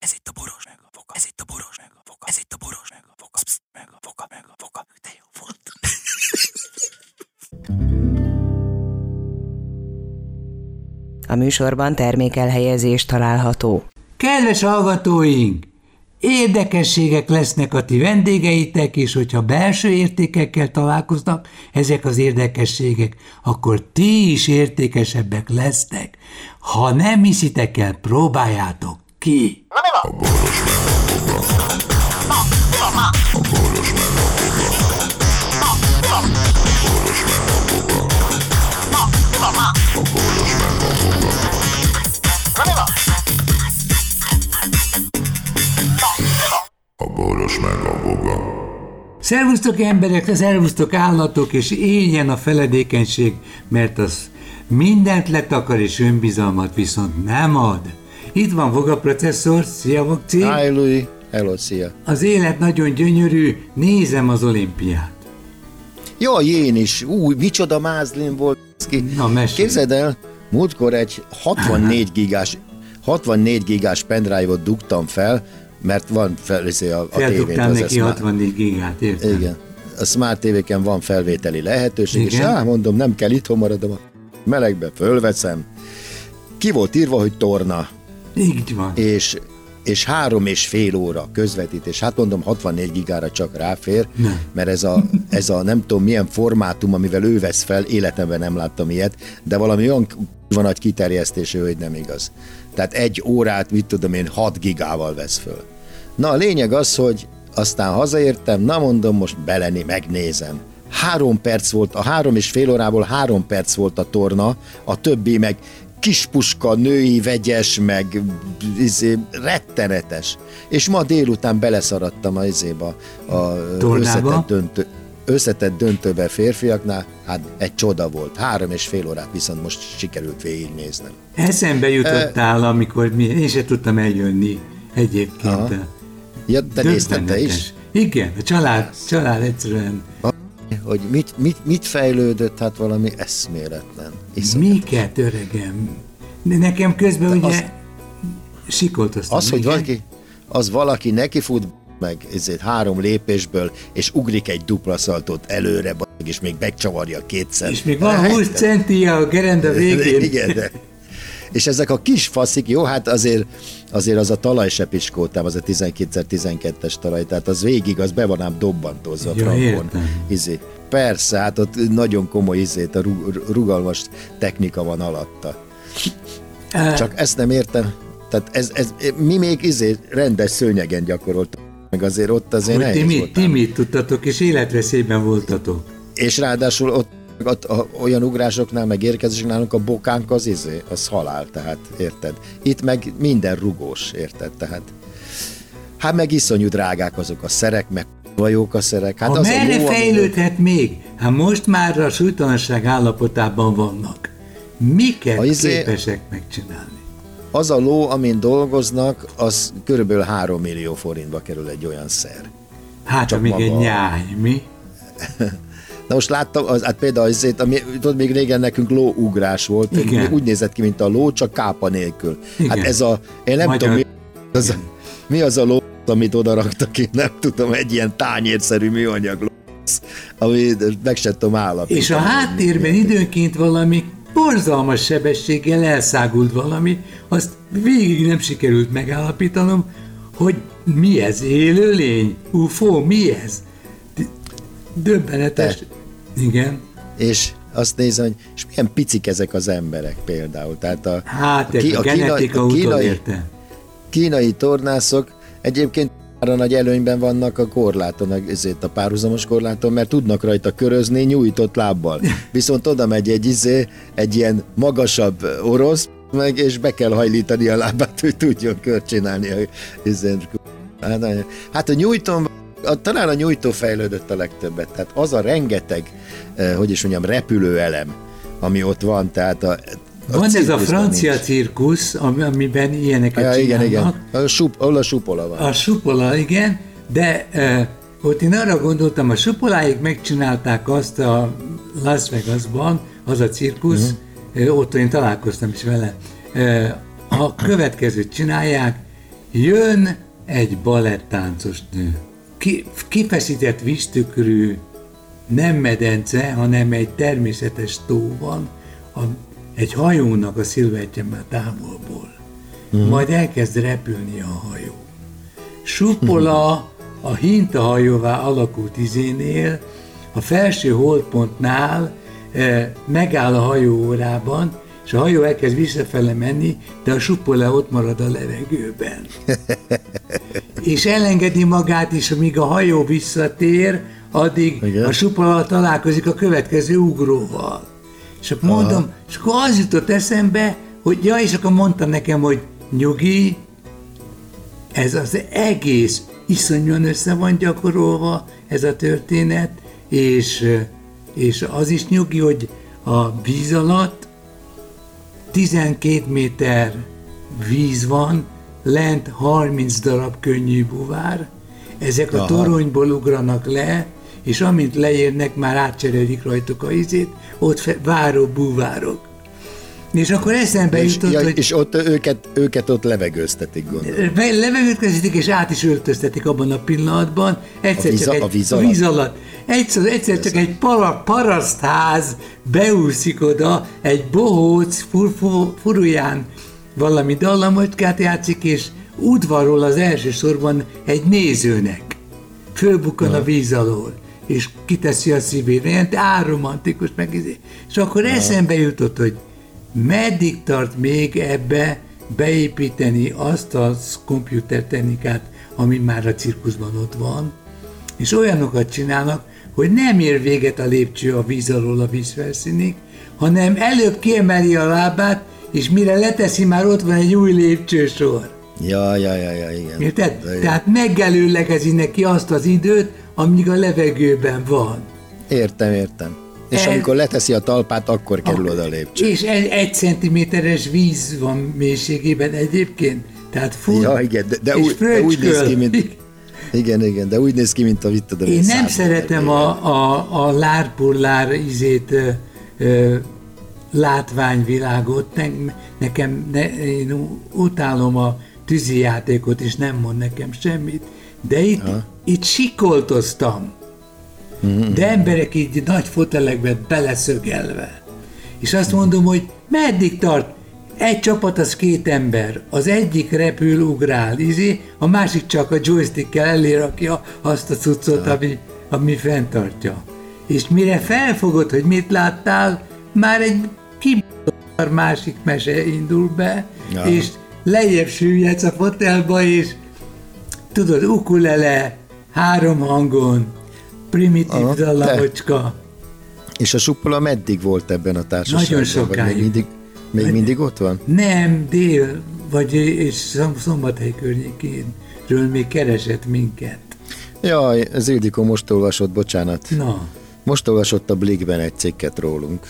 Ez itt a Boros meg a Foka. Ez itt a Boros meg a Foka. Ez itt a Boros meg a Foka. Meg a Foka, meg a Foka. De jó volt. A műsorban termékelhelyezés található. Kedves hallgatóink! Érdekességek lesznek a ti vendégeitek, és hogyha belső értékekkel találkoznak ezek az érdekességek, akkor ti is értékesebbek lesznek. Ha nem hiszitek el, próbáljátok ki! A Boros meg a Foka. A Boros meg a Foka. A Boros meg a Foka. A Boros meg a Foka. A Boros meg a Foka. Szervusztok emberek, szervusztok állatok, és éljen a feledékenység, mert az mindent letakar, és önbizalmat viszont nem ad. Itt van Voga processzor, szia Vogci! Hi Louis, hello, szia! Az élet nagyon gyönyörű, nézem az olimpiát. Jaj, én is, micsoda mázlim volt ki. Na, mesélj. Képzeld el, múltkor egy 64 gigás pendrive-ot dugtam fel, mert van fel a tévén. Feldugtál neki 64 gigát, értem? Igen. A Smart TV-ken van felvételi lehetőség, igen? És mondom, nem kell itthon maradom, a melegbe fölveszem. Ki volt írva, hogy torna. Így van. És 3,5 óra közvetítés. Hát mondom, 64 gigára csak ráfér, nem. Mert ez a nem tudom milyen formátum, amivel ő vesz fel, életemben nem láttam ilyet, de valami olyan nagy kiterjesztésű, hogy nem igaz. Tehát 1 órát, mit tudom én, 6 gigával vesz föl. Na a lényeg az, hogy aztán hazaértem, na mondom, most megnézem. 3 perc volt, a 3,5 órából 3 perc volt a torna, a többi meg kispuska, női, vegyes, meg rettenetes. És ma délután beleszaradtam a összetett döntőbe férfiaknál, hát egy csoda volt. 3,5 órát viszont most sikerült végignéznem. Eszembe jutottál, amikor én sem tudtam eljönni egyébként. Ja, te nézted te is? Igen, a család egyszerűen. Hogy mit fejlődött, hát valami eszméletlen. Miket, öregem? Nekem közben de ugye sikoltoztam. Az, hogy valaki nekifut meg 3 lépésből, és ugrik egy dupla szaltót előre, és még megcsavarja 2-szer. És még van 20 centi a gerenda végén. Igen, de. És ezek a kis faszik, jó, hát azért az a talaj se piskótám, az a 12x12-es talaj, tehát az végig, az be van ám dobbantozva a frankon. Persze, hát ott nagyon komoly a rugalmas technika van alatta. Csak ezt nem értem. Tehát mi még rendes szőnyegen gyakoroltunk, meg azért ott azért nehéz volt. Ti mit tudtatok, és életveszélyben voltatok. És ráadásul ott olyan ugrásoknál, meg érkezések nálunk a bokánk az halál, tehát érted? Itt meg minden rugós, érted? Tehát hát meg iszonyú drágák azok a szerek, meg jók a szerek. Hát az merre fejlődhet még? Hát most már a súlytalanság állapotában vannak. Miket képesek megcsinálni? Az a ló, amin dolgoznak, az körülbelül 3 millió forintba kerül egy olyan szer. Hát csak még egy nyáj, mi? Na most láttam, hát például tudod, még régen nekünk lóugrás volt, úgy nézett ki, mint a ló, csak kápa nélkül. Igen. Hát én nem tudom, mi az a ló, amit oda raktak ki, nem tudom, egy ilyen tányérszerű műanyag ló, ami meg sem tudom állapítani. És a háttérben időnként valami borzalmas sebességgel elszágult valami, azt végig nem sikerült megállapítanom, hogy mi ez, élőlény? UFO, mi ez? Döbbenetes. Igen. És azt nézem, hogy és milyen picik ezek az emberek például. Tehát a genetika úton érte. Kínai tornászok egyébként arra nagy előnyben vannak a korláton, a párhuzamos korláton, mert tudnak rajta körözni nyújtott lábbal. Viszont oda megy egy ilyen magasabb orosz, meg, és be kell hajlítani a lábát, hogy tudjon kört csinálni. Hát a nyújtón talán a nyújtó fejlődött a legtöbbet, tehát az a rengeteg, repülőelem, ami ott van, tehát van ez a francia cirkusz, amiben ilyeneket csinálnak. Igen. Ahol a supola van. A supola, igen, de ott én arra gondoltam, a supoláig megcsinálták azt a Las Vegasban, az a cirkusz, ott én találkoztam is vele. A következőt csinálják, Jön egy balettáncos nő. Kifeszített víztükrű, nem medence, hanem egy természetes tó van, egy hajónak a szilvettje már távolból. Majd elkezd repülni a hajó. Suppola a hintahajóvá alakult izénél, a felső holdpontnál megáll a hajóórában, és a hajó elkezd visszafele menni, de a Suppola ott marad a levegőben. És elengedi magát is, amíg a hajó visszatér, addig igen. A Suppola találkozik a következő ugróval. És akkor mondom, és akkor az jutott eszembe, hogy ja, és akkor mondta nekem, hogy nyugi, ez az egész iszonyúan össze van gyakorolva, ez a történet, és az is nyugi, hogy a víz alatt 12 méter víz van, lent 30 darab könnyű buvár, ezek a toronyból ugranak le, és amint leérnek, már átcserélik rajtuk a izét, ott váró búvárok. És akkor eszembe jutott, hogy... És ott őket ott levegőztetik, gondolom. Levegőztetik, és át is öltöztetik abban a pillanatban. A víz alatt? Egyszer csak egy parasztház beúszik oda, egy bohóc furuján valami dallamocskát játszik, és udvarol az elsősorban egy nézőnek. Fölbukkan a víz alól, és kiteszi a szívére, ilyen álromantikus meg. És akkor eszembe jutott, hogy meddig tart még ebbe beépíteni azt a komputertechnikát, ami már a cirkuszban ott van, és olyanokat csinálnak, hogy nem ér véget a lépcső a víz alól a vízfelszínig, hanem előbb kiemeli a lábát, és mire leteszi, már ott van egy új lépcsősor. Ja, igen. Érted? Tehát megelőlegezi neki azt az időt, amíg a levegőben van. Értem. És amikor leteszi a talpát, akkor kerül oda a lépcső. És 1 centiméteres víz van mélységében egyébként. Tehát fut, ja, igen, de úgy néz ki, mint... Igen, de úgy néz ki, mint a vitted. Én nem szeretem a lárpullár izét, látványvilágot. Én utálom a tűzijátékot, és nem mond nekem semmit. De itt sikoltoztam. De emberek így nagy fotelekbe beleszögelve. És azt mondom, hogy meddig tart? Egy csapat az 2 ember. Az egyik repül, ugrál, a másik csak a joystickkel elérakja azt a cuccot, ami fenntartja. És mire felfogod, hogy mit láttál, már egy másik mese indul be, és lejjebb süllyedsz a fotelba, és tudod, ukulele, 3 hangon, primitív dallamocska. És a Suppola meddig volt ebben a társaságban? Nagyon sokáig. Még mindig ott van? Nem, és Szombathely környékénről még keresett minket. Jaj, az Ildikó most olvasott, bocsánat. Na. Most olvasott a Blikben egy cikket rólunk.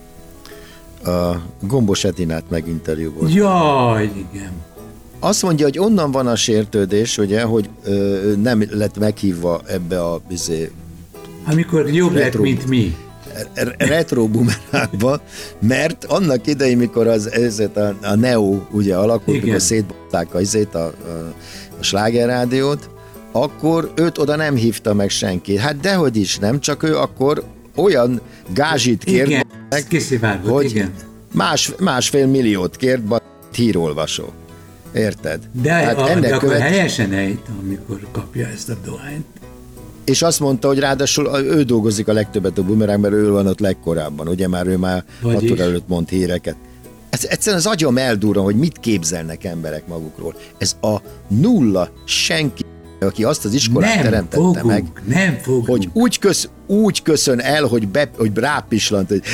A Gombos Edinát meginterjúvolt. Jaj, igen. Azt mondja, hogy onnan van a sértődés, ugye, hogy nem lett meghívva ebbe a amikor jobb lett, mint mi. Retro bumerangba, mert annak idején, mikor a Neo ugye alakult, mikor szétbották a slágerrádiót, akkor őt oda nem hívta meg senki. Hát dehogy is nem, csak ő akkor olyan gázsit kért, hogy másfél milliót kért hírolvasó. Érted? De akkor helyesen ejt, amikor kapja ezt a dohányt. És azt mondta, hogy ráadásul ő dolgozik a legtöbbet a Bumerang, mert ő van ott legkorábban, ugye már ő 6 óra előtt mond híreket. Ez egyszerűen az agyam eldurran, hogy mit képzelnek emberek magukról. Ez a nulla senki, aki azt az iskolát teremtette meg, hogy úgy köszön el, hogy rápislant, hogy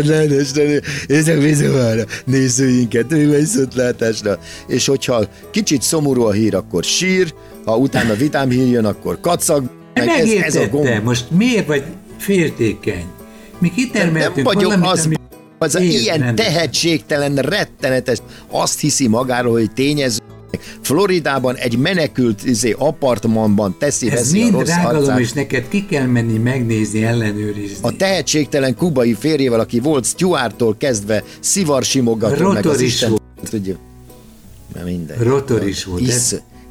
ezek viszont nézőinket, viszontlátásra. És hogyha kicsit szomorú a hír, akkor sír, ha utána vidám hír jön, akkor kacag. Ez a gomb. Most miért vagy féltékeny? Mi kitermeltünk valamit, az ilyen tehetségtelen, rettenetes, azt hiszi magáról, hogy tényező. Floridában egy menekült apartmanban teszi veszi a rossz arcát. Ez mind és neked ki kell menni megnézni, ellenőrizni. A tehetségtelen kubai férjével, aki volt Stewart-tól kezdve szivarsimogató meg az Isten. Rotor is volt.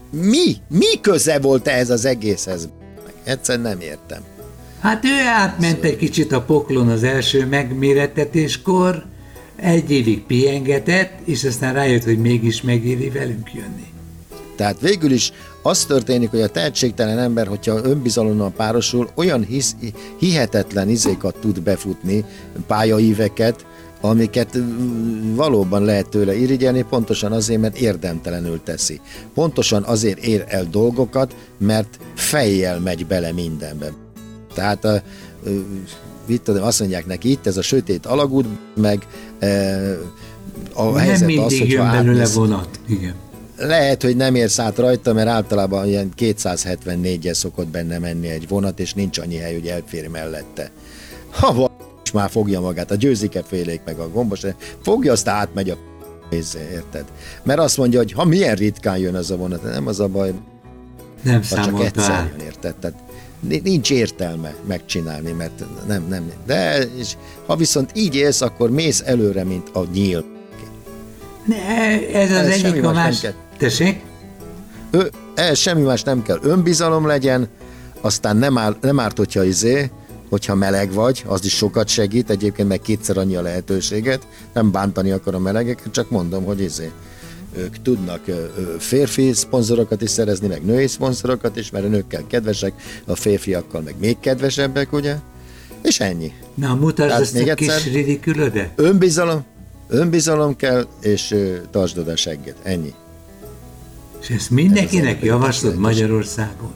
Mi köze volt ehhez az egészhez? Egyszerűen nem értem. Hát ő átment egy kicsit a poklon az első megmérettetéskor, 1 évig pihengetett, és aztán rájött, hogy mégis megéri velünk jönni. Tehát végül is az történik, hogy a tehetségtelen ember, hogyha önbizalommal párosul, olyan hihetetlen izékat tud befutni, pályaíveket, amiket valóban lehet tőle irigyelni, pontosan azért, mert érdemtelenül teszi. Pontosan azért ér el dolgokat, mert fejjel megy bele mindenbe. Tehát azt mondják neki, itt ez a sötét alagút, meg a nem helyzet mindig az, hogyha jön belőle átmész. vonat. Igen. Lehet, hogy nem érsz át rajta, mert általában ilyen 274-el szokott benne menni egy vonat, és nincs annyi hely, hogy elférj mellette. Ha és már fogja magát, a Győzike félék meg a Gombos, fogja, azt átmegy a érted? Mert azt mondja, hogy ha milyen ritkán jön az a vonat, nem az a baj, Nem ha csak számolta egyszer át. jön, érted? Tehát nincs értelme megcsinálni, mert nem. De és ha viszont így élsz, akkor mész előre, mint a nyíl. Ez az Ez semmi egyik a más nem más. kell. Tessék? Ehhez semmi más nem kell. Önbizalom legyen, aztán nem árt, hogyha meleg vagy, az is sokat segít, egyébként meg 2-szer annyi a lehetőséget, nem bántani akar a melegeket, csak mondom, hogy ők tudnak férfi szponzorokat is szerezni, meg női szponzorokat is, mert a nőkkel kedvesek, a férfiakkal meg még kedvesebbek, ugye? És ennyi. Na, mutasd Tehát ezt még a kis egyszer. ridikülödet. Önbizalom kell, és tartsd oda a segget. Ennyi. És ezt mindenkinek Ez az javaslod én Magyarországon?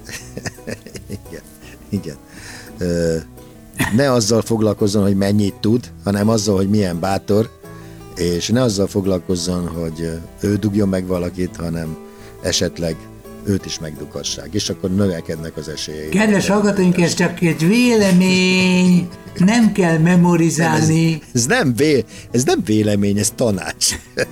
Igen. Ne azzal foglalkozzon, hogy mennyit tud, hanem azzal, hogy milyen bátor, és ne azzal foglalkozzon, hogy ő dugjon meg valakit, hanem esetleg őt is megdugassák, és akkor növekednek az esélyei. Kedves hallgatóink, ez csak egy vélemény, nem kell memorizálni. Ez nem vélemény, ez tanács.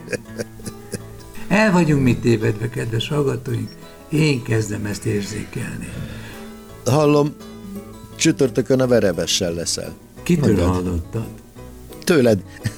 El vagyunk mit tévedve, kedves hallgatóink. Én kezdem ezt érzékelni. Hallom, csütörtökön a Verebessel leszel. Kitől Mondjad. hallottad? Tőled.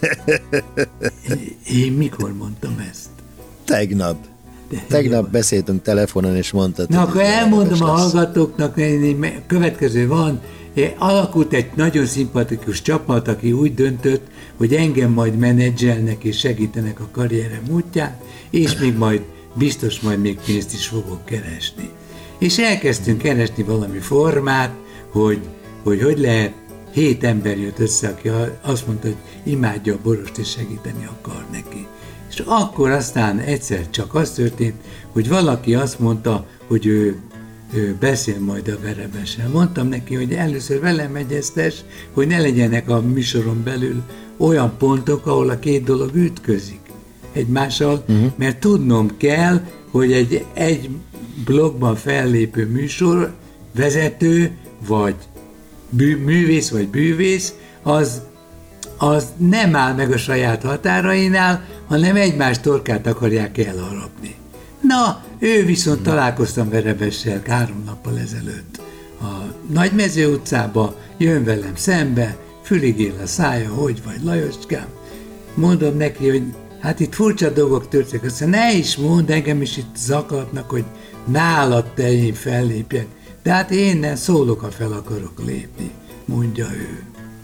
Én mikor mondtam ezt? Tegnap beszéltünk telefonon, és mondtad, Na, hogy akkor Verebes elmondom a lesz. hallgatóknak, következő van. Alakult egy nagyon szimpatikus csapat, aki úgy döntött, hogy engem majd menedzselnek és segítenek a karrierem útján, és még biztos még pénzt is fogok keresni. És elkezdtünk keresni valami formát, hogy lehet. 7 ember jött össze, aki azt mondta, hogy imádja a borost és segíteni akar neki. És akkor aztán egyszer csak az történt, hogy valaki azt mondta, hogy ő beszél majd a Verebessel. Mondtam neki, hogy először velem egyeztes, hogy ne legyenek a műsoron belül olyan pontok, ahol a 2 dolog ütközik egymással, mert tudnom kell, hogy egy blogban fellépő műsor vezető, vagy művész vagy bűvész, az nem áll meg a saját határainál, hanem egymás torkát akarják elharapni. Na, ő viszont találkoztam Verebessel 3 nappal ezelőtt a Nagymező utcába, jön velem szembe, fülig él a szája, hogy vagy Lajoskám. Mondom neki, hogy hát itt furcsa dolgok történnek, aztán ne is mondd, engem is itt zaklatnak, hogy nálad te én fellépjek. De hát én nem szólok, ha fel akarok lépni, mondja ő.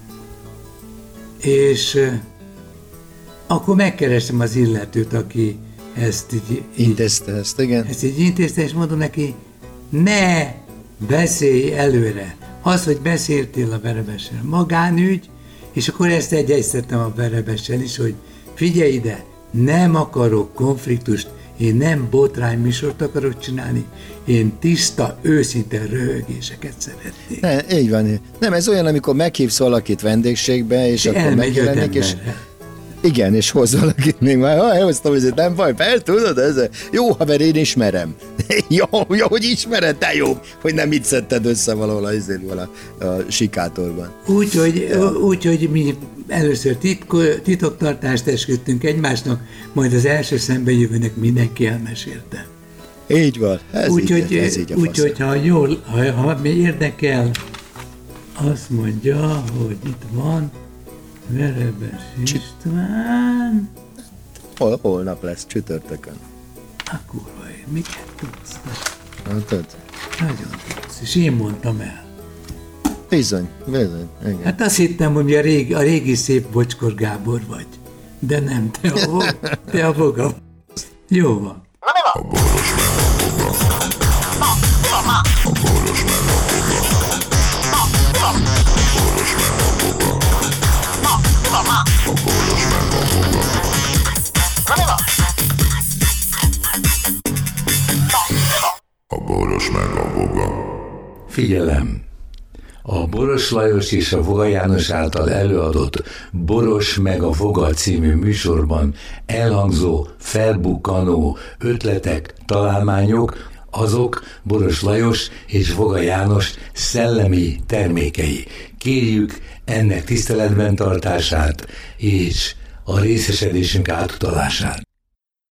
És akkor megkeresem az illetőt, aki ezt így Intézte ezt, igen. ezt így intézte, és mondom neki, ne beszélj előre. Az, hogy beszéltél a Verebessel, magánügy, és akkor ezt egyeztettem a Verebessel is, hogy figyelj ide, nem akarok konfliktust, én nem botrányműsort akarok csinálni, én tiszta, őszinte röhögéseket szeretnék. Ne, így van. Nem, ez olyan, amikor meghívsz valakit vendégségbe, és akkor Elmegy 5 megjelenik, és emberre. igen, és hoz valakit még már, elhoztam, ezért nem baj, fel tudod, ez jó haver, én ismerem. jó, hogy ismered, te jó, hogy nem itt szedted össze valahol a sikátorban. Úgyhogy mi először titoktartást esküdtünk egymásnak, majd az első szembejövőnek mindenki elmesélte. Így van, ez így a fasz. Úgyhogy ha mi érdekel, azt mondja, hogy itt van Verebes István. Holnap lesz, csütörtökön. Kurva én, miket tudsz? Látod? Nagyon tudsz, és én mondtam el. Bizony, igen. Hát azt hittem, hogy a régi szép Bocskor Gábor vagy. De nem, te a Voga. Jó van. A Boros meg a Voga. Figyelem! A Boros Lajos és a Voga János által előadott Boros meg a Voga című műsorban elhangzó, felbukkanó ötletek, találmányok, azok Boros Lajos és Voga János szellemi termékei. Kérjük ennek tiszteletben tartását és a részesedésünk átutalását.